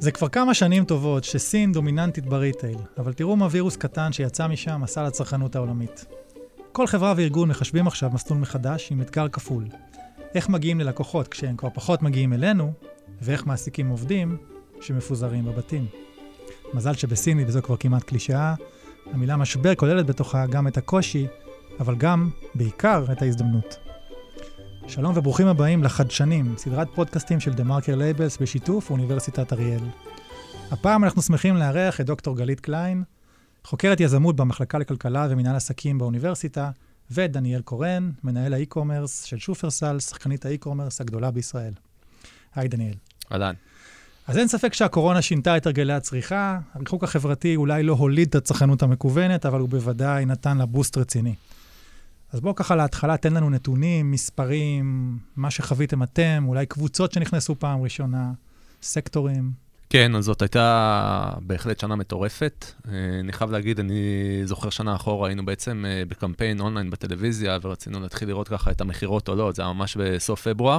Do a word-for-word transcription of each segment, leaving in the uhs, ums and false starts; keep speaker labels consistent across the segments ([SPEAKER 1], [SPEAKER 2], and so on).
[SPEAKER 1] זה כבר כמה שנים טובות שסין דומיננטית בריטייל, אבל תראו מה וירוס קטן שיצא משם עשה לצרכנות העולמית. כל חברה וארגון מחשבים עכשיו מסלול מחדש עם אתגר כפול. איך מגיעים ללקוחות כשהם כבר פחות מגיעים אלינו, ואיך מעסיקים עובדים שמפוזרים בבתים. מזל שבסינית, וזו כבר כמעט קלישאה, המילה משבר כוללת בתוכה גם את הקושי, אבל גם, בעיקר, את ההזדמנות. שלום וברוכים הבאים לחדשנים, סדרת פודקאסטים של דה מרקר לייבלס בשיתוף אוניברסיטת אריאל. הפעם אנחנו שמחים לארח את דוקטור גלית קליין, חוקרת יזמות במחלקה לכלכלה ומנהל עסקים באוניברסיטה, ואת דניאל קורן, מנהל האי-קומרס של שופרסל, שחקנית האי-קומרס הגדולה בישראל. היי דניאל.
[SPEAKER 2] אהלן.
[SPEAKER 1] אז אין ספק שהקורונה שינתה את הרגלי הצריכה, הריחוק החברתי אולי לא הוליד את הצרכנות המקוונת, אבל הוא בוודאי נתן לה בוסט רציני. אז בואו ככה להתחלה, תן לנו נתונים, מספרים, מה שחוויתם אתם, אולי קבוצות שנכנסו פעם ראשונה, סקטורים.
[SPEAKER 2] כן, אז זאת הייתה בהחלט שנה מטורפת. אני חייב להגיד, אני זוכר שנה אחורה, היינו בעצם בקמפיין אונליין בטלוויזיה, ורצינו להתחיל לראות ככה את המחירות עולות, זה היה ממש בסוף פברואר,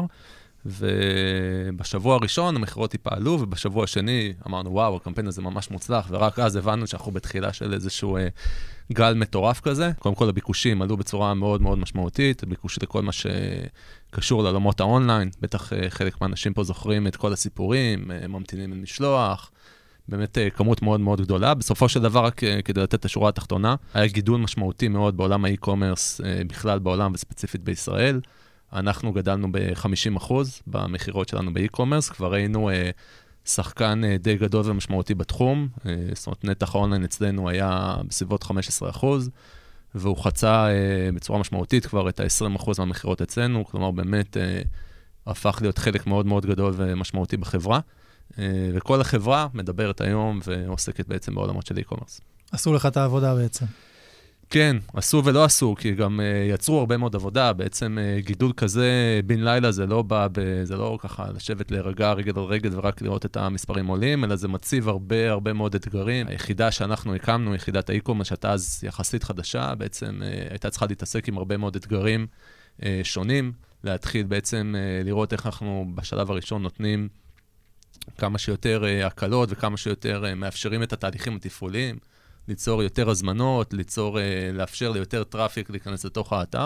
[SPEAKER 2] ובשבוע הראשון המחירות טיפה עלו, ובשבוע השני אמרנו, וואו, הקמפיין הזה ממש מוצלח, ורק אז הבנו שאנחנו בתחילה של איזשהו גל מטורף כזה. קודם כל הביקושים עלו בצורה מאוד מאוד משמעותית, ביקוש לכל מה שקשור לעולמות האונליין, בטח חלק מהאנשים פה זוכרים את כל הסיפורים, ממתינים למשלוח, באמת כמות מאוד מאוד גדולה. בסופו של דבר, רק כדי לתת את השורה התחתונה, היה גידול משמעותי מאוד בעולם האי-קומרס, בכלל בעולם וספציפית בישראל. אנחנו גדלנו ב-חמישים אחוז במחירות שלנו באי-קומרס, כבר היינו אה, שחקן אה, די גדול ומשמעותי בתחום, אה, זאת אומרת, נתח האונליין אצלנו היה בסביבות חמישה עשר אחוז, והוא חצה אה, בצורה משמעותית כבר את ה-עשרים אחוז מהמחירות אצלנו, כלומר באמת אה, הפך להיות חלק מאוד מאוד גדול ומשמעותי בחברה, אה, וכל החברה מדברת היום ועוסקת בעצם בעולמות של אי-קומרס.
[SPEAKER 1] עשו לך את העבודה בעצם.
[SPEAKER 2] כן, עשו ולא עשו, כי גם uh, יצרו הרבה מאוד עבודה, בעצם uh, גידול כזה בין לילה זה לא בא, ב, זה לא ככה לשבת להירגע רגל על רגל ורק לראות את המספרים עולים, אלא זה מציב הרבה הרבה מאוד אתגרים. היחידה שאנחנו הקמנו, יחידת האי-קומרס, שהייתה אז יחסית חדשה, בעצם uh, הייתה צריכה להתעסק עם הרבה מאוד אתגרים uh, שונים, להתחיל בעצם uh, לראות איך אנחנו בשלב הראשון נותנים כמה שיותר uh, הקלות וכמה שיותר uh, מאפשרים את התהליכים התפעוליים, ליצור יותר הזמנות, ליצור, לאפשר ליותר טראפיק להיכנס לתוך האתר.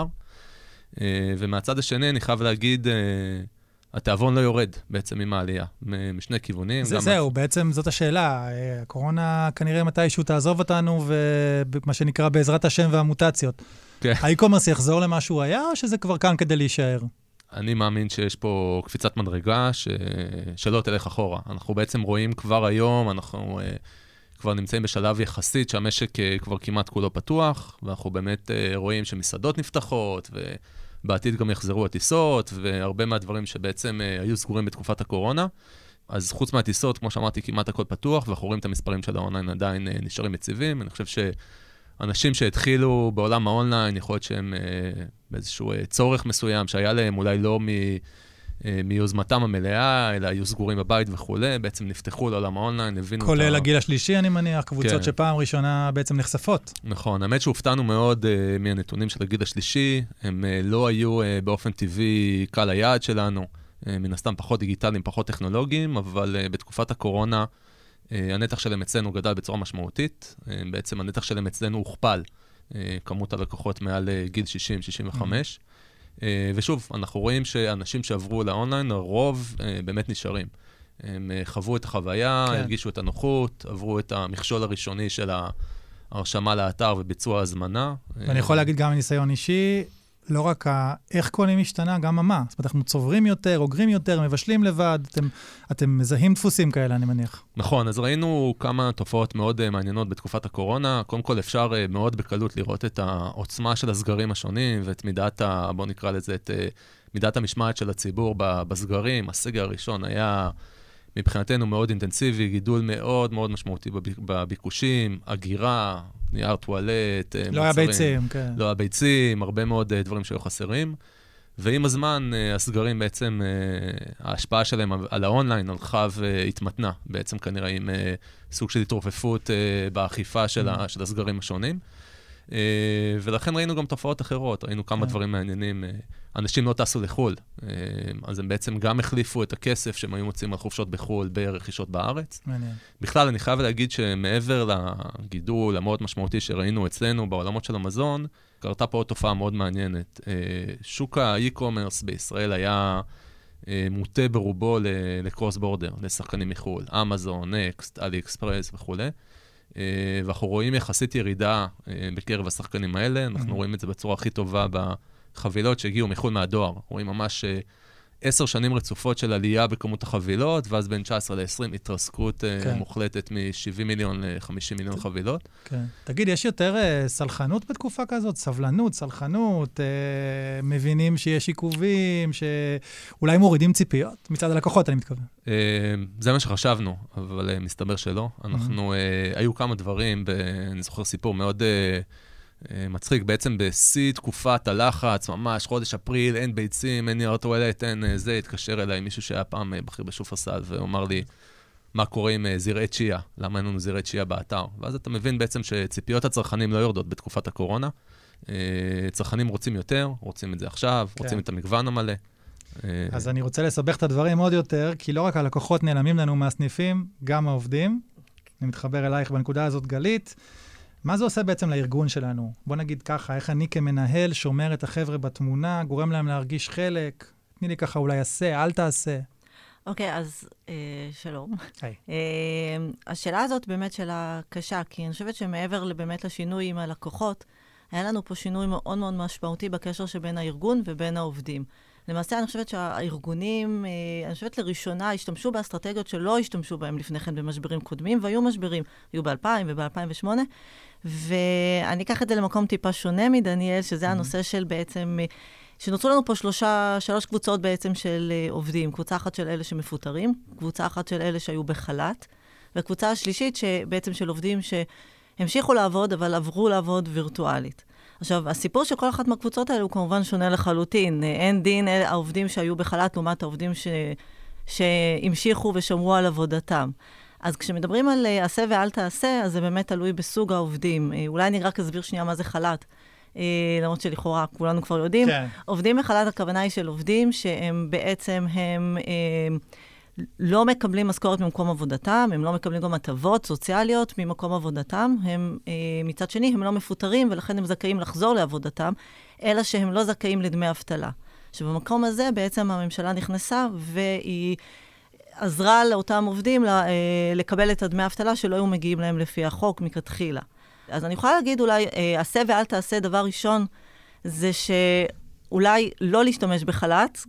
[SPEAKER 2] ומהצד השני, אני חייב להגיד, התיאבון לא יורד בעצם עם העלייה, משני כיוונים.
[SPEAKER 1] זה זהו, בעצם זאת השאלה. הקורונה כנראה מתישהו תעזוב אותנו, ומה שנקרא בעזרת השם והמוטציות. האי-קומרס יחזור למה שהוא היה, או שזה כבר כאן כדי להישאר?
[SPEAKER 2] אני מאמין שיש פה קפיצת מדרגה שלא תלך אחורה. אנחנו בעצם רואים כבר היום, אנחנו כבר נמצאים בשלב יחסית שהמשק כבר כמעט כולו פתוח, ואנחנו באמת רואים שמסעדות נפתחות, ובעתיד גם יחזרו הטיסות, והרבה מהדברים שבעצם היו סגורים בתקופת הקורונה. אז חוץ מהטיסות, כמו שאמרתי, כמעט הכל פתוח, ואנחנו רואים את המספרים של האונליין עדיין נשארים יציבים. אני חושב שאנשים שהתחילו בעולם האונליין, יכול להיות שהם באיזשהו צורך מסוים, שהיה להם אולי לא מ... מיוזמתם המלאה, אלא היו סגורים בבית וכו', בעצם נפתחו לעולם האונליין, הבינו אותה.
[SPEAKER 1] כולל הגיל השלישי, אני מניח, קבוצות שפעם ראשונה בעצם נחשפות.
[SPEAKER 2] נכון, האמת שהופתענו מאוד מהנתונים של הגיל השלישי, הם לא היו באופן טבעי קל היעד שלנו, מן הסתם פחות דיגיטליים, פחות טכנולוגיים, אבל בתקופת הקורונה, הנתח שלהם אצלנו גדל בצורה משמעותית, בעצם הנתח שלהם אצלנו הוכפל, כמות הלקוחות מעל גיל שישים שישים וחמש, ושוב, אנחנו רואים שאנשים שעברו לאונליין, הרוב באמת נשארים. הם חוו את החוויה, כן. הרגישו את הנוחות, עברו את המכשול הראשוני של ההרשמה לאתר וביצוע הזמנה.
[SPEAKER 1] ואני יכול להגיד גם מניסיון אישי, לא רק איך קונים משתנה, גם מה. זאת אומרת, אנחנו צוברים יותר, אוגרים יותר, מבשלים לבד, אתם, אתם מזהים דפוסים כאלה, אני מניח.
[SPEAKER 2] נכון, אז ראינו כמה תופעות מאוד מעניינות בתקופת הקורונה. קודם כל אפשר מאוד בקלות לראות את העוצמה של הסגרים השונים, ואת מידת, ה, בוא נקרא לזה, את מידת המשמעת של הציבור בסגרים. הסגר הראשון היה מבחינתנו מאוד אינטנסיבי, גידול מאוד מאוד משמעותי בביקושים, הגירה, נייר טואלט,
[SPEAKER 1] לא היה ביצים, כן.
[SPEAKER 2] לא היה ביצים, הרבה מאוד דברים שהיו חסרים. ועם הזמן, הסגרים בעצם, ההשפעה שלהם על האונליין הלכה והתמתנה, בעצם כנראה עם סוג של התרופפות באכיפה של הסגרים השונים. ולכן ראינו גם תופעות אחרות, ראינו כמה דברים מעניינים. אנשים לא טסו לחול, אז הם בעצם גם החליפו את הכסף שהם היו מוצאים על חופשות בחול ברכישות בארץ.
[SPEAKER 1] מעניין.
[SPEAKER 2] בכלל, אני חייב להגיד שמעבר לגידול המאוד משמעותי שראינו אצלנו בעולמות של המזון, קרתה פה עוד תופעה מאוד מעניינת. שוק האי-קומרס בישראל היה מוטה ברובו לקרוס בורדר, לשחקנים מחול, אמזון, נקסט, אלי אקספרס וכו'. ואנחנו רואים יחסית ירידה בקרב השחקנים האלה, אנחנו רואים את זה בצורה הכי טובה בחבילות שהגיעו מחול מהדואר. רואים ממש עשר שנים רצופות של עלייה בכמות החבילות, ואז בין תשע עשרה ל-עשרים התרסקות מוחלטת מ-שבעים מיליון ל-חמישים מיליון חבילות.
[SPEAKER 1] תגיד, יש יותר סלחנות בתקופה כזאת? סבלנות, סלחנות, מבינים שיש עיכובים, שאולי מורידים ציפיות? מצד הלקוחות, אני מתכוון.
[SPEAKER 2] זה מה שחשבנו, אבל מסתבר שלא. אנחנו, היו כמה דברים, אני זוכר סיפור מאוד מצחיק, בעצם בשיא תקופת הלחץ, ממש חודש אפריל, אין ביצים, אין נייר טואלט, אין זה, התקשר אליי מישהו שהיה פעם בכיר בשופרסל, ואומר לי, מה קורה עם זרעי צ'יה? למה אין לנו זרעי צ'יה באתר? ואז אתה מבין בעצם שציפיות הצרכנים לא יורדות בתקופת הקורונה. צרכנים רוצים יותר, רוצים את זה עכשיו, רוצים את המגוון המלא.
[SPEAKER 1] אז אני רוצה לסבך את הדברים עוד יותר, כי לא רק הלקוחות נעלמים לנו מהסניפים, גם העובדים. אני מתחבר אלייך בנקודה הזאת, גלית. מה זה עושה בעצם לארגון שלנו? בוא נגיד ככה, איך אני כמנהל שומר את החבר'ה בתמונה, גורם להם להרגיש חלק, תני לי ככה אולי עשה, אל תעשה.
[SPEAKER 3] אוקיי, אז אה, שלום.
[SPEAKER 1] היי.
[SPEAKER 3] אה, השאלה הזאת באמת שאלה קשה, כי אני חושבת שמעבר לבאמת לשינוי עם הלקוחות, היה לנו פה שינוי מאוד מאוד משמעותי בקשר שבין הארגון ובין העובדים. למעשה, אני חושבת שהארגונים, אני חושבת לראשונה, השתמשו באסטרטגיות שלא השתמשו בהם לפני כן במשברים קודמים, והיו משברים, היו ב-אלפיים וב-אלפיים ושמונה, ואני אקח את זה למקום טיפה שונה מדניאל, שזה הנושא של בעצם, שנוצרו לנו פה שלושה, שלוש קבוצות בעצם של עובדים, קבוצה אחת של אלה שמפוטרים, קבוצה אחת של אלה שהיו בחל"ת, וקבוצה השלישית שבעצם של עובדים שהמשיכו לעבוד, אבל עברו לעבוד וירטואלית. עכשיו, הסיפור של כל אחת מהקבוצות האלה הוא כמובן שונה לחלוטין. אין דין העובדים שהיו בחל"ת לעומת העובדים ש... שהמשיכו ושמרו על עבודתם. אז כשמדברים על עשה ואל תעשה, אז זה באמת תלוי בסוג העובדים. אולי אני רק אסביר שנייה מה זה חל"ת. למרות שלכאורה כולנו כבר יודעים. כן. עובדים בחל"ת, הכוונה היא של עובדים שהם בעצם הם... לא מקבלים משכורת ממקום עבודתם, הם לא מקבלים גם הטבות סוציאליות ממקום עבודתם, הם, אה, מצד שני, הם לא מפוטרים, ולכן הם זכאים לחזור לעבודתם, אלא שהם לא זכאים לדמי אבטלה. שבמקום הזה בעצם הממשלה נכנסה, והיא עזרה לאותם עובדים לה, אה, לקבל את הדמי אבטלה שלא היו מגיעים להם לפי החוק מכתחילה. אז אני יכולה להגיד אולי, אה, עשה ואל תעשה, דבר ראשון, זה ש... אולי לא להשתמש בחל"ת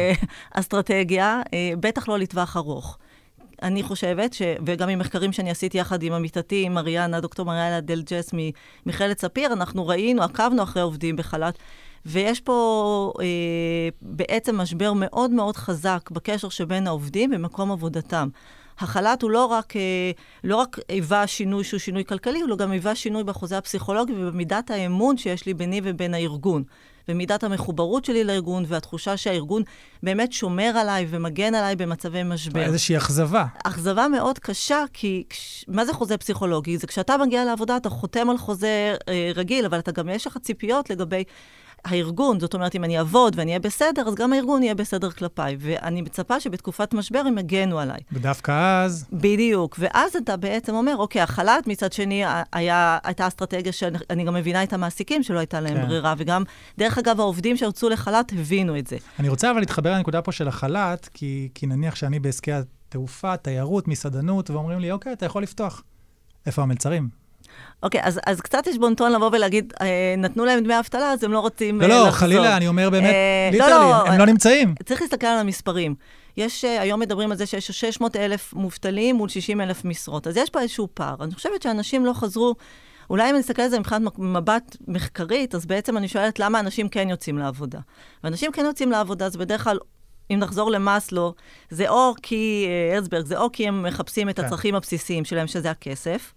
[SPEAKER 3] כאסטרטגיה, בטח לא לטווח ארוך. אני חושבת, ש... וגם עם מחקרים שאני עשיתי יחד עם עמיתתי, עם מריאנה, דוקטור מריאנה דלג'ס ממכללת ספיר, אנחנו ראינו, עקבנו אחרי עובדים בחל"ת, ויש פה אה, בעצם משבר מאוד מאוד חזק בקשר שבין העובדים במקום עבודתם. החל"ת הוא לא רק, לא רק היווה שינוי שהוא שינוי כלכלי, הוא גם היווה שינוי בחוזה הפסיכולוגי ובמידת האמון שיש לי ביני ובין הארגון. ומידת המחוברות שלי לארגון, והתחושה שהארגון באמת שומר עליי ומגן עליי במצבי משבר.
[SPEAKER 1] איזושהי אכזבה.
[SPEAKER 3] אכזבה מאוד קשה, כי מה זה חוזה פסיכולוגי? זה כשאתה מגיע לעבודה, אתה חותם על חוזה אה, רגיל, אבל אתה גם יש לך ציפיות לגבי הארגון. זאת אומרת, אם אני אעבוד ואני אהיה בסדר, אז גם הארגון יהיה בסדר כלפיי. ואני מצפה שבתקופת משבר הם הגנו עליי.
[SPEAKER 1] ודווקא אז...
[SPEAKER 3] בדיוק. ואז אתה בעצם אומר, אוקיי, החל"ת מצד שני היה, הייתה אסטרטגיה שאני גם מבינה את המעסיקים שלא הייתה להם כן. ברירה, וגם, דרך אגב, העובדים שהוצאו לחל"ת הבינו את זה.
[SPEAKER 1] אני רוצה אבל להתחבר לנקודה פה של החל"ת, כי, כי נניח שאני בעסקי התעופה, תיירות, מסעדנות, ואומרים לי, אוקיי, אתה יכול לפתוח. איפה המלצרים?
[SPEAKER 3] אוקיי, אז, אז קצת יש בונטון לבוא ולהגיד, אה, נתנו להם דמי אבטלה, אז הם לא רוצים
[SPEAKER 1] לא, לא,
[SPEAKER 3] לחזור.
[SPEAKER 1] חלילה, אני אומר באמת,
[SPEAKER 3] אה,
[SPEAKER 1] ליטרלי,
[SPEAKER 3] לא, לא,
[SPEAKER 1] הם אה, לא נמצאים.
[SPEAKER 3] צריך להסתכל על המספרים. יש, אה, היום מדברים על זה שיש שש מאות אלף מובטלים מול שישים אלף משרות. אז יש פה איזשהו פער. אני חושבת שאנשים לא חזרו, אולי אם אני אסתכל על זה מבחינת מבט מחקרית, אז בעצם אני שואלת למה אנשים כן יוצאים לעבודה. ואנשים כן יוצאים לעבודה, אז בדרך כלל, אם נחזור למאסלו, זה או כי, אה, הרצברג, זה או כי הם מחפשים את הצרכים הבסיסיים שלהם, שזה הכסף,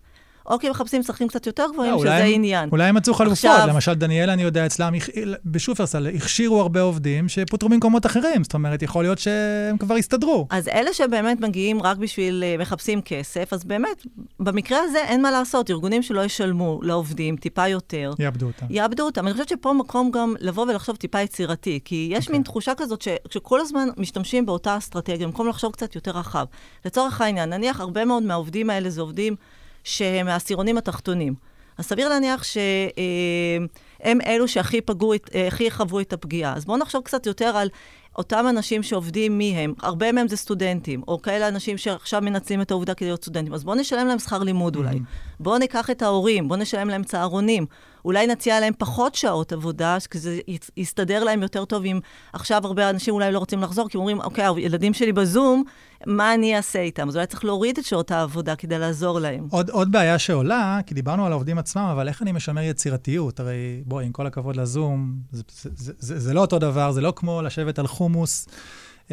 [SPEAKER 3] או כי מחפשים שכרים קצת יותר גבוהים, שזה עניין.
[SPEAKER 1] אולי הם מצאו חלופות, למשל דניאל, אני יודע, אצלם, בשופרסל, הכשירו הרבה עובדים שפוטרו ממקומות אחרים, זאת אומרת, יכול להיות שהם כבר הסתדרו.
[SPEAKER 3] אז אלה שבאמת מגיעים רק בשביל מחפשים כסף, אז באמת, במקרה הזה אין מה לעשות, ארגונים שלא ישלמו לעובדים טיפה יותר.
[SPEAKER 1] יאבדו אותם.
[SPEAKER 3] יאבדו אותם. אני חושבת שפה מקום גם לבוא ולחשוב טיפה יצירתי, כי יש מין תחושה כזאת שכל הזמן משתמשים באותה אסטרטגיה, במקום לחשוב קצת יותר רחב. לצורך העניין, נניח הרבה מאוד מהעובדים האלה זה עובדים שהם מהעשירונים התחתונים. אז סביר להניח שהם אלו שהכי פגעו, הכי חוו את הפגיעה. אז בואו נחשוב קצת יותר על אותם אנשים שעובדים מי הם. הרבה מהם זה סטודנטים, או כאלה אנשים שעכשיו מנצלים את העובדה כדי להיות סטודנטים. אז בואו נשלם להם שכר לימוד אולי. בואו ניקח את ההורים, בואו נשלם להם צהרונים. אולי נציע להם פחות שעות עבודה, כי זה יסתדר להם יותר טוב אם עכשיו הרבה אנשים אולי לא רוצים לחזור, כי אומרים, אוקיי, הילדים שלי בזום, מה אני אעשה איתם? אז אולי צריך להוריד את שעות העבודה כדי לעזור להם.
[SPEAKER 1] עוד, עוד בעיה שעולה, כי דיברנו על העובדים עצמם, אבל איך אני משמר יצירתיות? הרי בואי, עם כל הכבוד לזום, זה, זה, זה, זה, זה לא אותו דבר, זה לא כמו לשבת על חומוס, אה,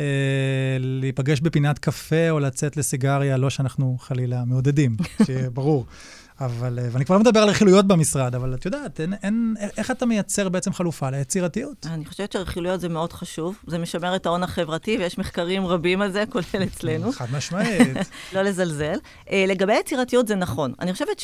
[SPEAKER 1] להיפגש בפינת קפה או לצאת לסיגריה, לא שאנחנו חלילה מעודדים, שברור. אבל, ואני כבר לא מדבר על רכילויות במשרד, אבל את יודעת, אין, אין, איך אתה מייצר בעצם חלופה ליצירתיות?
[SPEAKER 3] אני חושבת שרכילויות זה מאוד חשוב. זה משמר את ההון החברתי, ויש מחקרים רבים על זה, כולל אצלנו.
[SPEAKER 1] חד משמעית.
[SPEAKER 3] לא לזלזל. לגבי יצירתיות זה נכון. אני חושבת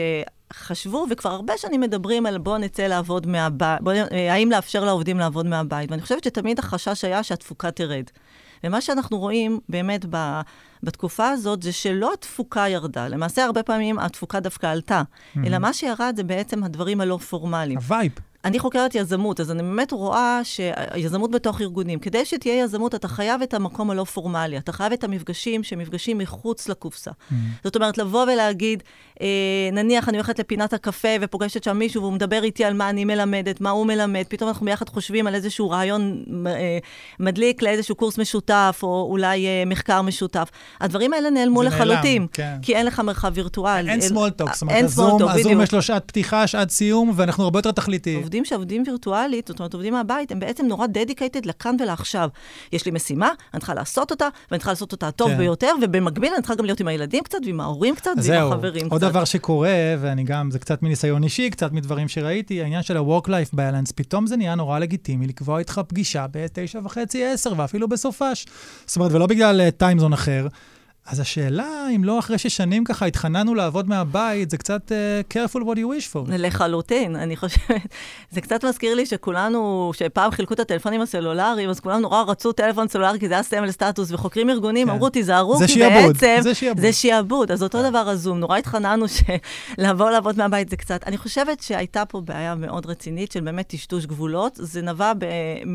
[SPEAKER 3] שכשחשבו, וכבר הרבה שנים מדברים על בוא נצא לעבוד מהבית, האם לאפשר לעובדים לעבוד מהבית, ואני חושבת שתמיד החשש היה שהתפוקה תרד. ומה שאנחנו רואים באמת ב, בתקופה הזאת, זה שלא התפוקה ירדה. למעשה, הרבה פעמים התפוקה דווקא עלתה. Mm-hmm. אלא מה שירד זה בעצם הדברים הלא פורמליים.
[SPEAKER 1] הווייב.
[SPEAKER 3] אני חוקרת יזמות, אז אני באמת רואה שיזמות בתוך ארגונים. כדי שתהיה יזמות, אתה חייב את המקום הלא פורמלי. אתה חייב את המפגשים שמפגשים מחוץ לקופסה. Mm-hmm. זאת אומרת, לבוא ולהגיד, אה, נניח אני הולכת לפינת הקפה ופוגשת שם מישהו, והוא מדבר איתי על מה אני מלמדת, מה הוא מלמד. פתאום אנחנו ביחד חושבים על איזשהו רעיון אה, מדליק לאיזשהו קורס משותף, או אולי אה, מחקר משותף. הדברים האלה נעלמו לחלוטין,
[SPEAKER 1] כן.
[SPEAKER 3] כי אין לך מרחב וירטואלי.
[SPEAKER 1] אין small talk, זאת אומרת, הזום, הזום יש לו שעת פתיחה, שעת סיום, ואנחנו הרבה יותר תכליתיים.
[SPEAKER 3] עובדים שעובדים וירטואלית, זאת אומרת, עובדים מהבית, הם בעצם נורא dedicated לכאן ולעכשיו. יש לי משימה, אני צריכה לעשות אותה, ואני צריכה לעשות אותה טוב ביותר, ובמקביל אני צריכה גם להיות עם הילדים קצת, ועם ההורים קצת, ועם החברים קצת.
[SPEAKER 1] עוד דבר שקורה, ואני גם, זה קצת מניסיון אישי, קצת מדברים שראיתי, העניין של ה-work-life balance, פתאום זה נהיה נורא לגיטימי לקבוע איתך פגישה ב-תשע וחצי, עשר, ואפילו בסופש. זאת אומרת, ולא בגלל טיימזון אחר. אז השאלה, אם לא אחרי ששנים ככה התחננו לעבוד מהבית, זה קצת uh, careful what you wish for.
[SPEAKER 3] לחלוטין, אני חושבת. זה קצת מזכיר לי שכולנו, שפעם חילקו את הטלפונים הסלולריים, אז כולם נורא רצו טלפון סלולרי, כי זה היה סמל סטטוס, וחוקרים ארגונים, כן. אמרו, תיזהרו, כי
[SPEAKER 1] שיעבוד,
[SPEAKER 3] בעצם
[SPEAKER 1] זה שיעבוד.
[SPEAKER 3] זה שיעבוד. אז אותו דבר הזום, נורא התחננו שלבוא לעבוד מהבית זה קצת. אני חושבת שהייתה פה בעיה מאוד רצינית, של באמת טשטוש גבולות. זה נבע ב...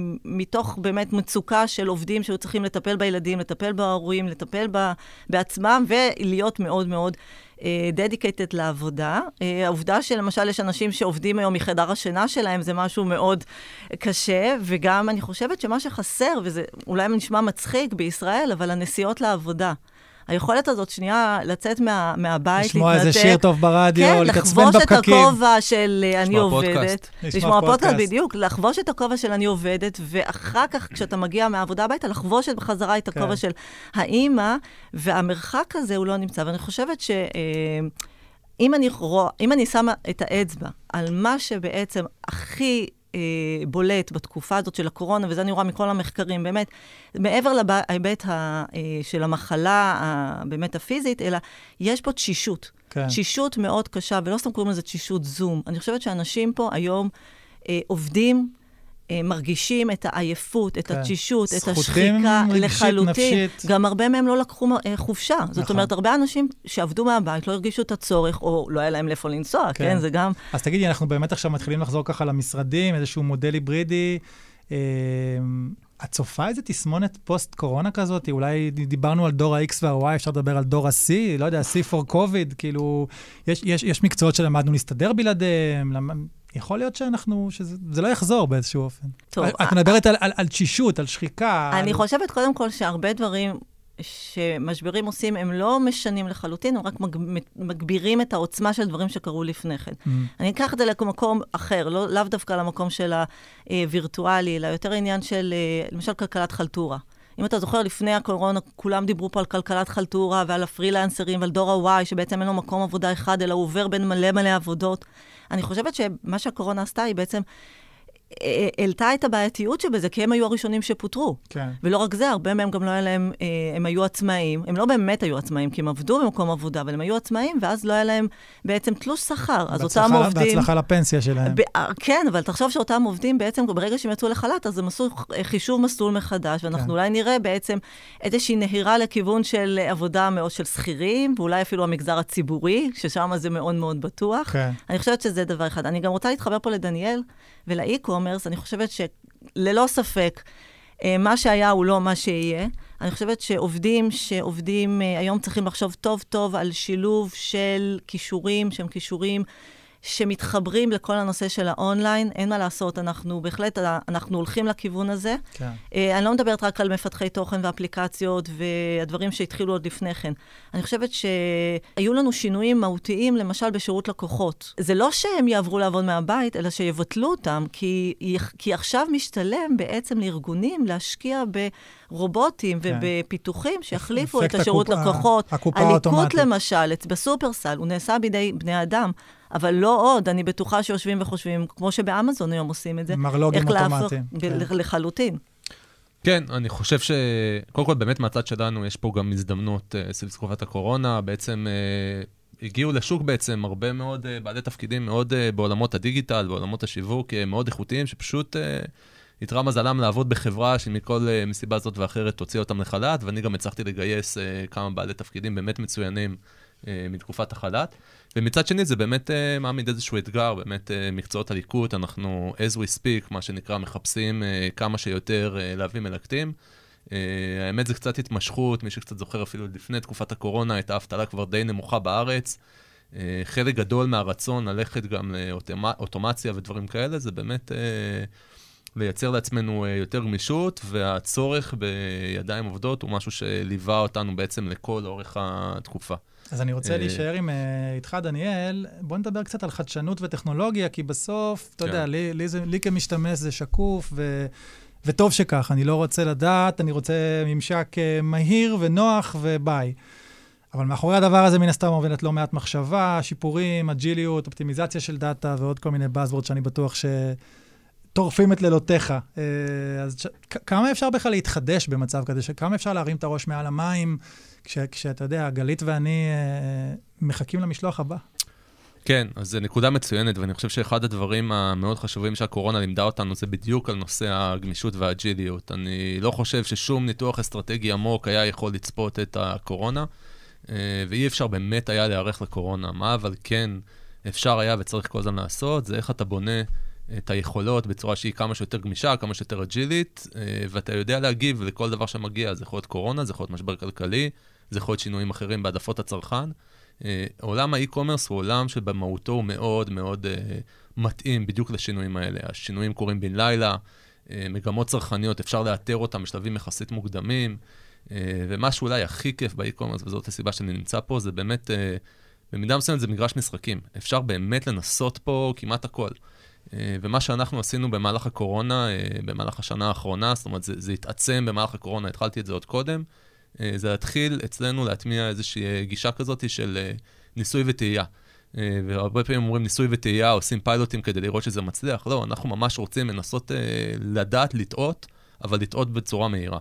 [SPEAKER 3] מתוך באמת מצוקה של עובדים שהיו צריכים לטפל בילדים, לטפל בהורים, לטפל ב... בעצמם, ולהיות מאוד מאוד דדיקייטד uh, לעבודה. Uh, העובדה שלמשל יש אנשים שעובדים היום מחדר השינה שלהם, זה משהו מאוד קשה, וגם אני חושבת שמה שחסר, וזה אולי נשמע מצחיק בישראל, אבל הנסיעות לעבודה. היכולת הזאת שנייה לצאת מה, מהבית,
[SPEAKER 1] לשמוע איזה שיר טוב ברדיו,
[SPEAKER 3] כן,
[SPEAKER 1] להתעצבן בפקקים.
[SPEAKER 3] לחבוש את הכובע של אני עובדת.
[SPEAKER 1] לשמוע
[SPEAKER 3] פודקאסט, בדיוק. לחבוש את הכובע של אני עובדת, ואחר כך, כשאתה מגיע מהעבודה הביתה, לחבוש את בחזרה את הכובע של האמא, והמרחק הזה הוא לא נמצא. ואני חושבת ש... אם אני, אם אני שמה את האצבע על מה שבעצם הכי בולט בתקופה הזאת של הקורונה, וזה אני רואה מכל המחקרים, באמת, מעבר להיבט של המחלה באמת הפיזית, אלא יש פה תשישות. כן. תשישות מאוד קשה, ולא סתם קוראים לזה תשישות זום. אני חושבת שאנשים פה היום עובדים, מרגישים את העייפות, את התשישות, את השחיקה לחלוטין. גם הרבה מהם לא לקחו חופשה. זאת אומרת, הרבה אנשים שעבדו מהבית לא הרגישו את הצורך, או לא היה להם לאיפה לנסוע, כן? זה גם...
[SPEAKER 1] אז תגידי, אנחנו באמת עכשיו מתחילים לחזור ככה למשרדים, איזשהו מודל היברידי. את צופה איזה תסמונת פוסט-קורונה כזאת? אולי דיברנו על דור ה-X וה-Y, אפשר לדבר על דור ה-C, לא יודע, C for COVID, כאילו, יש מקצועות שלמדנו להסתדר בלעדיהם, יכול להיות שאנחנו, שזה לא יחזור באיזשהו אופן. טוב. את מדברת על, על, על תשישות, על שחיקה.
[SPEAKER 3] אני
[SPEAKER 1] על...
[SPEAKER 3] חושבת קודם כל שהרבה דברים שמשברים עושים, הם לא משנים לחלוטין, הם רק מגבירים את העוצמה של דברים שקרו לפני כן. Mm. אני אקח את זה למקום אחר, לא, לאו דווקא למקום של הווירטואלי, אלא יותר עניין של, למשל, כלכלת חלטורה. אם אתה זוכר, לפני הקורונה, כולם דיברו פה על כלכלת חלטורה, ועל הפרילנסרים, ועל דור ה-Y, שבעצם אין לו מקום עבודה אחד, אלא הוא עובר בין מלא מלא עבודות. אני חושבת שמה שהקורונה עשתה, היא בעצם העלתה את הבעייתיות שבזה, כי הם היו הראשונים שפוטרו.
[SPEAKER 1] כן.
[SPEAKER 3] ולא רק זה, הרבה מהם גם לא היה להם, הם היו עצמאים, הם לא באמת היו עצמאים, כי הם עבדו במקום עבודה, אבל הם היו עצמאים, ואז לא היה להם בעצם תלוש שכר. אז אותם עובדים...
[SPEAKER 1] בהצלחה לפנסיה שלהם.
[SPEAKER 3] ב- כן, אבל תחשוב שאותם עובדים בעצם, ברגע שהם יצאו לחל"ת, אז הם עשו חישוב מסלול מחדש, ואנחנו
[SPEAKER 1] כן.
[SPEAKER 3] אולי נראה בעצם איזושהי נהירה לכיוון של עבודה מאוד של שכירים, ואולי אפילו המגזר הציבורי, ששם זה מאוד מאוד בטוח.
[SPEAKER 1] כן.
[SPEAKER 3] אני חושבת שזה דבר אחד. אני גם רוצה להתחבר פה לדניאל ולאי-קומרס. אני חושבת שללא ספק, מה שהיה הוא לא מה שיהיה. אני חושבת שעובדים שעובדים היום צריכים לחשוב טוב טוב על שילוב של כישורים, שהם כישורים שמתחברים לכל הנושא של האונליין. אין מה לעשות, אנחנו בהחלט, אנחנו הולכים לכיוון הזה.
[SPEAKER 1] כן.
[SPEAKER 3] אני לא מדברת רק על מפתחי תוכן ואפליקציות והדברים שהתחילו עוד לפני כן. אני חושבת שהיו לנו שינויים מהותיים, למשל בשירות לקוחות. זה לא שהם יעברו לעבוד מהבית, אלא שיבטלו אותם, כי, כי עכשיו משתלם בעצם לארגונים להשקיע ברובוטים כן. ובפיתוחים שיחליפו את השירות הקופה, לקוחות. הליקוט למשל, בסופרסל, הוא נעשה בידי בני אדם, אבל לא עוד, אני בטוחה שיושבים וחושבים, כמו שבאמזון היום עושים את זה.
[SPEAKER 1] מרלוגים אוטומטיים.
[SPEAKER 3] כן. לחלוטין.
[SPEAKER 2] כן, אני חושב ש... קודם כל, באמת מהצד שלנו, יש פה גם הזדמנות uh, סביב תקופת הקורונה. בעצם uh, הגיעו לשוק בעצם הרבה מאוד uh, בעלי תפקידים, מאוד uh, בעולמות הדיגיטל, בעולמות השיווק, uh, מאוד איכותיים, שפשוט uh, יתראה מזלם לעבוד בחברה שמכל uh, מסיבה זאת ואחרת תוציא אותם לחל"ת, ואני גם הצלחתי לגייס uh, כמה בעלי תפקידים באמת מצוינים uh, מתקופת החל"ת. ומצד שני זה באמת uh, מעמיד איזשהו אתגר, באמת uh, מקצועות הליקוט, אנחנו as we speak, מה שנקרא, מחפשים uh, כמה שיותר uh, להביא מלקטים. Uh, האמת זה קצת התמשכות, מי שקצת זוכר אפילו לפני תקופת הקורונה, הייתה האבטלה כבר די נמוכה בארץ. Uh, חלק גדול מהרצון ללכת גם לאוטומציה ודברים כאלה, זה באמת uh, לייצר לעצמנו uh, יותר גמישות, והצורך בידיים עובדות הוא משהו שליווה אותנו בעצם לכל אורך התקופה.
[SPEAKER 1] אז אני רוצה להישאר עם איתך, דניאל. בוא נדבר קצת על חדשנות וטכנולוגיה, כי בסוף, אתה יודע, לי כמשתמש זה שקוף, וטוב שכך. אני לא רוצה לדעת, אני רוצה ממשק מהיר ונוח וביי. אבל מאחורי הדבר הזה מן הסתם עובדת לא מעט מחשבה, שיפורים, אג'יליות, אופטימיזציה של דאטה, ועוד כל מיני buzzwords שאני בטוח שטורפים את לילותיך. אז כמה אפשר בכלל להתחדש במצב כזה? כמה אפשר להרים את הראש מעל המים? כש, כשאתה יודע, גלית ואני אה, מחכים למשלוח הבא.
[SPEAKER 2] כן, אז זו נקודה מצוינת, ואני חושב שאחד הדברים המאוד חשובים שהקורונה לימדה אותנו, זה בדיוק על נושא הגמישות והאג'יליות. אני לא חושב ששום ניתוח אסטרטגי עמוק היה יכול לצפות את הקורונה, אה, ואי אפשר באמת היה להיערך לקורונה. מה אבל כן אפשר היה וצריך כל הזמן לעשות, זה איך אתה בונה את היכולות בצורה שהיא כמה שיותר גמישה, כמה שיותר אג'ילית, ואתה יודע להגיב לכל דבר שמגיע. זה יכול להיות קורונה, זה יכול להיות משבר כלכלי, זה יכול להיות שינויים אחרים בעדפות הצרכן. עולם האי-קומרס הוא עולם שבמהותו הוא מאוד מאוד מתאים בדיוק לשינויים האלה. השינויים קורים בן לילה, מגמות צרכניות, אפשר לאתר אותם בשלבים יחסית מוקדמים, ומה שאולי הכי כיף באי-קומרס, וזאת הסיבה שאני נמצא פה, זה באמת, במידה מסוימת זה מגרש משחקים. אפשר באמת לנסות פה כמעט הכל. ומה שאנחנו עשינו במהלך הקורונה, במהלך השנה האחרונה, זאת אומרת, זה, זה התעצם במהלך הקורונה, התחלתי את זה עוד קודם, זה להתחיל אצלנו להטמיע איזושהי גישה כזאת של ניסוי וטעייה. והרבה פעמים אומרים ניסוי וטעייה, עושים פיילוטים כדי לראות שזה מצליח. לא, אנחנו ממש רוצים לנסות לדעת, לטעות, אבל לטעות בצורה מהירה.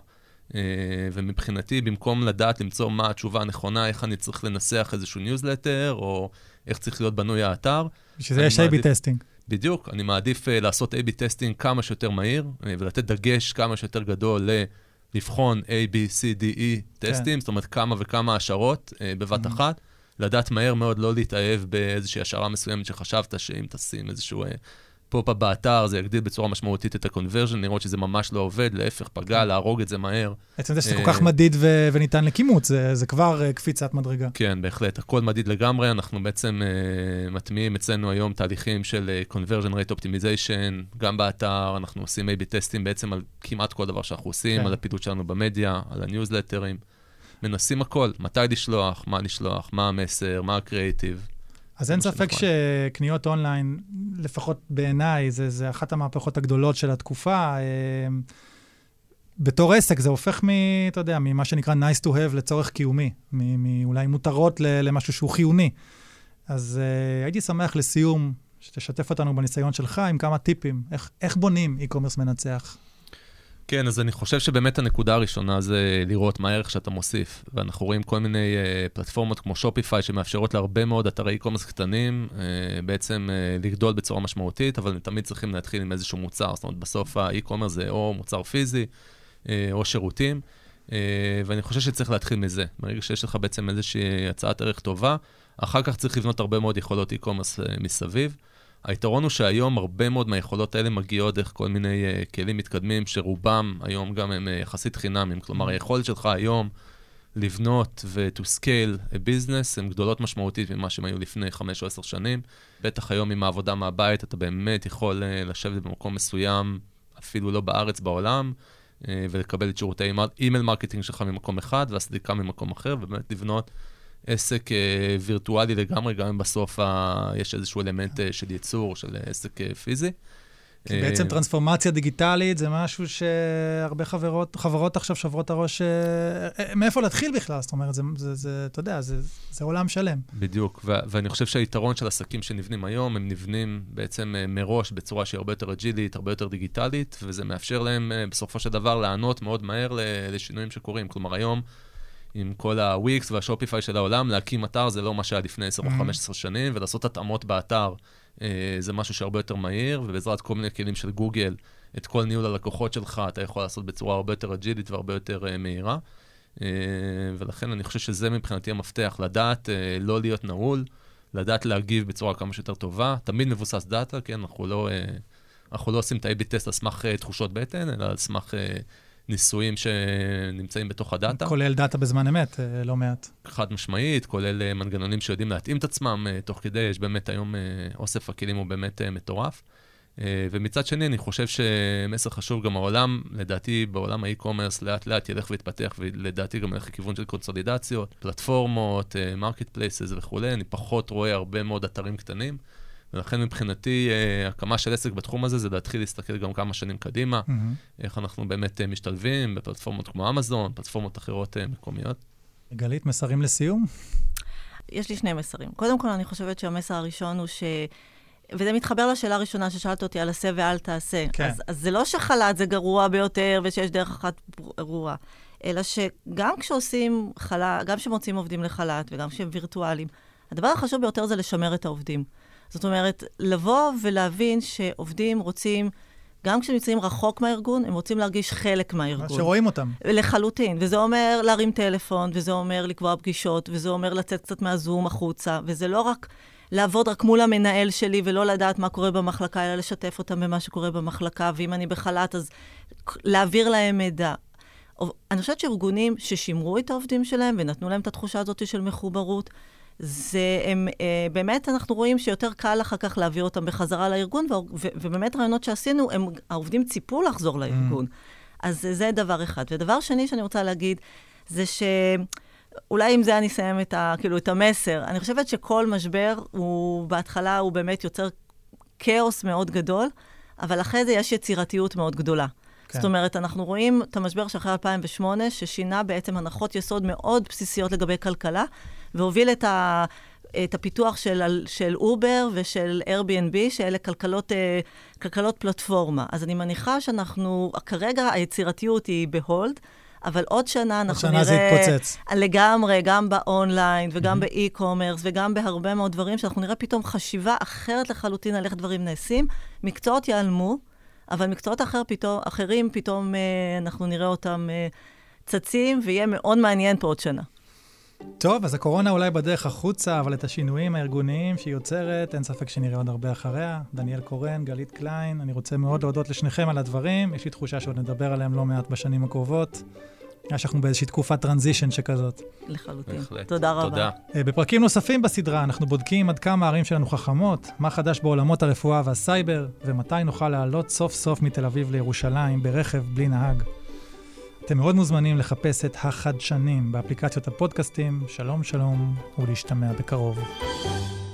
[SPEAKER 2] ומבחינתי, במקום לדעת למצוא מה התשובה הנכונה, איך אני צריך לנסח איזשהו ניוזלטר, או איך צריך להיות בנוי האתר.
[SPEAKER 1] שזה יש איי בי טסטינג.
[SPEAKER 2] בדיוק, אני מעדיף uh, לעשות איי בי טסטינג כמה שיותר מהיר, uh, ולתת דגש כמה שיותר גדול לבחון A, B, C, D, E טסטים, כן. זאת אומרת כמה וכמה השערות uh, בבת mm-hmm. אחת, לדעת מהר מאוד לא להתאהב באיזושהי השערה מסוימת שחשבת שאם תשים איזשהו uh, פופ-אפ באתר, זה יגדיל בצורה משמעותית את ה-conversion, לראות שזה ממש לא עובד, להפך, פגע, להרוג את זה מהר.
[SPEAKER 1] בעצם זה שזה כל כך מדיד ו- וניתן לקימות, זה, זה כבר uh, קפיצת מדרגה.
[SPEAKER 2] כן, בהחלט, הכל מדיד לגמרי, אנחנו בעצם uh, מטמיעים אצלנו היום תהליכים של uh, conversion rate optimization, גם באתר, אנחנו עושים איי בי טסטים בעצם על כמעט כל דבר שאנחנו עושים, כן. על הפעילות שלנו במדיה, על הניוזלטרים, מנסים הכל, מתי לשלוח, מה לשלוח, מה המסר, מה הקריאיטיב.
[SPEAKER 1] אז אין ספק שקניות אונליין, לפחות בעיניי, זה, זה אחת המהפכות הגדולות של התקופה. בתור עסק זה הופך מ, אתה יודע, ממה שנקרא nice to have לצורך קיומי, מאולי מותרות למשהו שהוא חיוני. אז uh, הייתי שמח לסיום, שתשתף אותנו בניסיון שלך עם כמה טיפים. איך, איך בונים e-commerce מנצח?
[SPEAKER 2] כן, אז אני חושב שבאמת הנקודה הראשונה זה לראות מה הערך שאתה מוסיף. ואנחנו רואים כל מיני uh, פלטפורמות כמו שופיפיי שמאפשרות להרבה מאוד אתרי e-commerce קטנים, uh, בעצם uh, לגדול בצורה משמעותית, אבל תמיד צריכים להתחיל עם איזשהו מוצר. זאת אומרת, בסוף ה-e-commerce זה או מוצר פיזי, uh, או שירותים, uh, ואני חושב שצריך להתחיל מזה. ברגע שיש לך בעצם איזושהי הצעת ערך טובה, אחר כך צריך לבנות הרבה מאוד יכולות e-commerce uh, מסביב. היתרון הוא שהיום הרבה מאוד מהיכולות האלה מגיעות דרך כל מיני uh, כלים מתקדמים, שרובם היום גם הם uh, יחסית חינמים. כלומר, היכולת שלך היום לבנות ו-to scale a business, הן גדולות משמעותית ממה שהם היו לפני חמש או עשר שנים. בטח היום עם העבודה מהבית, אתה באמת יכול uh, לשבת במקום מסוים, אפילו לא בארץ, בעולם, uh, ולקבל את שירותי אימייל מרקטינג שלך ממקום אחד, והסדיקה ממקום אחר, ובאמת לבנות עסק אה, וירטואלי לגמרי, גם אם בסוף ה... יש איזשהו אלמנט אה, של ייצור, של עסק אה, פיזי.
[SPEAKER 1] כי בעצם טרנספורמציה דיגיטלית זה משהו שהרבה חברות, חברות עכשיו שברות הראש, אה, מאיפה להתחיל בכלל? זאת אומרת, זה, זה, זה, אתה יודע, זה, זה עולם שלם.
[SPEAKER 2] בדיוק, ו- ואני חושב שהיתרון של עסקים שנבנים היום, הם נבנים בעצם אה, מראש בצורה שהיא הרבה יותר אג'ילית, הרבה יותר דיגיטלית, וזה מאפשר להם אה, בסופו של דבר לענות מאוד מהר לשינויים שקורים. כלומר, היום, עם כל ה-Wix וה-Shopify של העולם, להקים אתר זה לא מה שהיה לפני עשר או חמש עשרה שנים, ולעשות התאמות באתר אה, זה משהו שהרבה יותר מהיר, ובעזרת כל מיני כלים של גוגל, את כל ניהול הלקוחות שלך, אתה יכול לעשות בצורה הרבה יותר אג'ילית והרבה יותר אה, מהירה. אה, ולכן אני חושב שזה מבחינתי המפתח, לדעת אה, לא להיות נעול, לדעת להגיב בצורה כמה שיותר טובה, תמיד מבוסס דאטה, כן, אנחנו לא, אה, אנחנו לא עושים את ה-A B טסט על סמך אה, תחושות בטן, אלא על סמך... אה, ניסויים שנמצאים בתוך הדאטה.
[SPEAKER 1] כולל דאטה בזמן אמת, לא מעט.
[SPEAKER 2] חד משמעית, כולל מנגנונים שיודעים להתאים את עצמם תוך כדי, יש באמת היום אוסף הכלים הוא באמת מטורף. ומצד שני, אני חושב שמסר חשוב גם העולם, לדעתי בעולם האי-קומרס לאט לאט ילך ויתפתח, ולדעתי גם ילך לכיוון של קונסולידציות, פלטפורמות, מרקט פלייסס וכו'. אני פחות רואה הרבה מאוד אתרים קטנים. ולכן מבחינתי, הקמה של עסק בתחום הזה, זה להתחיל להסתכל גם כמה שנים קדימה, mm-hmm. איך אנחנו באמת משתלבים בפלטפורמות כמו אמזון, פלטפורמות אחרות מקומיות.
[SPEAKER 1] גלית, מסרים לסיום?
[SPEAKER 3] יש לי שני מסרים. קודם כל, אני חושבת שהמסר הראשון הוא ש... וזה מתחבר לשאלה הראשונה ששאלת אותי על עשה ואל תעשה. כן. אז, אז זה לא שחל"ת זה גרוע ביותר ושיש דרך אחת גרועה, אלא שגם כשעושים חל"ת, גם כשמוצאים עובדים לחל"ת וגם כשהם וירטואליים, הדבר החשוב ביותר זה לשמר את העובדים. זאת אומרת, לבוא ולהבין שעובדים רוצים, גם כשהם נמצאים רחוק מהארגון, הם רוצים להרגיש חלק מהארגון.
[SPEAKER 1] שרואים אותם.
[SPEAKER 3] לחלוטין. וזה אומר להרים טלפון, וזה אומר לקבוע פגישות, וזה אומר לצאת קצת מהזום החוצה, וזה לא רק לעבוד רק מול המנהל שלי, ולא לדעת מה קורה במחלקה, אלא לשתף אותם במה שקורה במחלקה, ואם אני בחל"ת, אז להעביר להם מידע. אני חושבת שארגונים ששימרו את העובדים שלהם, ונתנו להם את התחושה הזאת של מחוברות, זה, הם, אה, באמת אנחנו רואים שיותר קל אחר כך להעביר אותם בחזרה לארגון, ו- ו- ובאמת רעיונות שעשינו, הם, העובדים ציפו לחזור לארגון. Mm. אז זה דבר אחד. ודבר שני שאני רוצה להגיד, זה שאולי עם זה אני אסיים את, ה, כאילו, את המסר. אני חושבת שכל משבר, הוא, בהתחלה הוא באמת יוצר כאוס מאוד גדול, אבל אחרי זה יש יצירתיות מאוד גדולה. כן. זאת אומרת, אנחנו רואים את המשבר שאחרי אלפיים ושמונה, ששינה בעצם הנחות יסוד מאוד בסיסיות לגבי כלכלה, והוביל את, ה, את הפיתוח של, של אובר ושל Airbnb, שאלה כלכלות, כלכלות פלטפורמה. אז אני מניחה שאנחנו, כרגע היצירתיות היא בהולד, אבל עוד שנה אנחנו
[SPEAKER 1] שנה
[SPEAKER 3] נראה...
[SPEAKER 1] זה יתפוצץ.
[SPEAKER 3] לגמרי, גם באונליין וגם mm-hmm. באי-קומרס וגם בהרבה מאוד דברים, שאנחנו נראה פתאום חשיבה אחרת לחלוטין על איך דברים נעשים. מקצועות ייעלמו, אבל מקצועות אחר פתאום, אחרים פתאום אה, אנחנו נראה אותם אה, צצים, ויהיה מאוד מעניין פה עוד שנה.
[SPEAKER 1] טוב, אז הקורונה אולי בדרך החוצה, אבל את השינויים הארגוניים שהיא יוצרת, אין ספק שנראה עוד הרבה אחריה. דניאל קורן, גלית קליין, אני רוצה מאוד להודות לשניכם על הדברים. יש לי תחושה שעוד נדבר עליהם לא מעט בשנים הקרובות. יש שאנחנו באיזושהי תקופת טרנזישן שכזאת.
[SPEAKER 3] לחלוטין. תודה רבה.
[SPEAKER 2] תודה.
[SPEAKER 1] בפרקים נוספים בסדרה אנחנו בודקים עד כמה הערים שלנו חכמות, מה חדש בעולמות הרפואה והסייבר, ומתי נוכל לעלות סוף סוף מתל אביב לירושלים ברכב בלי נהג. אתם מאוד מוזמנים לחפש את החדשנים באפליקציות הפודקאסטים. שלום שלום ולהשתמע בקרוב.